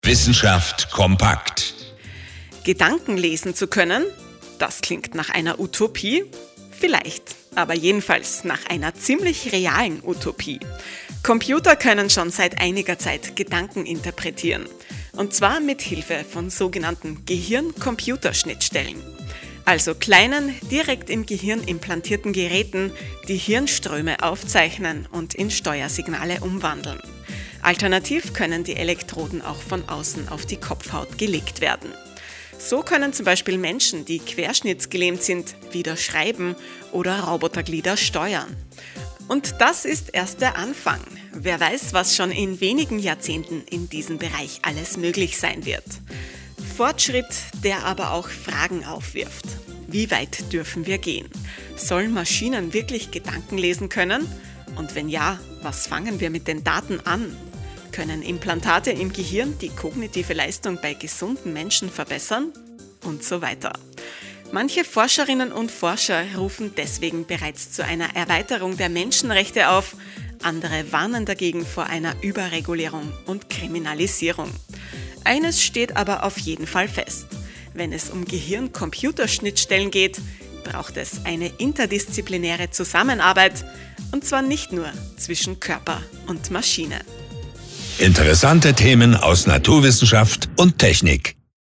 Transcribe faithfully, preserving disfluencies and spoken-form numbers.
Wissenschaft kompakt. Gedanken lesen zu können, das klingt nach einer Utopie? Vielleicht, aber jedenfalls nach einer ziemlich realen Utopie. Computer können schon seit einiger Zeit Gedanken interpretieren. Und zwar mit Hilfe von sogenannten Gehirn-Computer-Schnittstellen. Also kleinen, direkt im Gehirn implantierten Geräten, die Hirnströme aufzeichnen und in Steuersignale umwandeln. Alternativ können die Elektroden auch von außen auf die Kopfhaut gelegt werden. So können zum Beispiel Menschen, die querschnittsgelähmt sind, wieder schreiben oder Roboterglieder steuern. Und das ist erst der Anfang. Wer weiß, was schon in wenigen Jahrzehnten in diesem Bereich alles möglich sein wird. Fortschritt, der aber auch Fragen aufwirft. Wie weit dürfen wir gehen? Sollen Maschinen wirklich Gedanken lesen können? Und wenn ja, was fangen wir mit den Daten an? Können Implantate im Gehirn die kognitive Leistung bei gesunden Menschen verbessern? Und so weiter. Manche Forscherinnen und Forscher rufen deswegen bereits zu einer Erweiterung der Menschenrechte auf, andere warnen dagegen vor einer Überregulierung und Kriminalisierung. Eines steht aber auf jeden Fall fest. Wenn es um Gehirn-Computerschnittstellen geht, braucht es eine interdisziplinäre Zusammenarbeit, und zwar nicht nur zwischen Körper und Maschine. Interessante Themen aus Naturwissenschaft und Technik.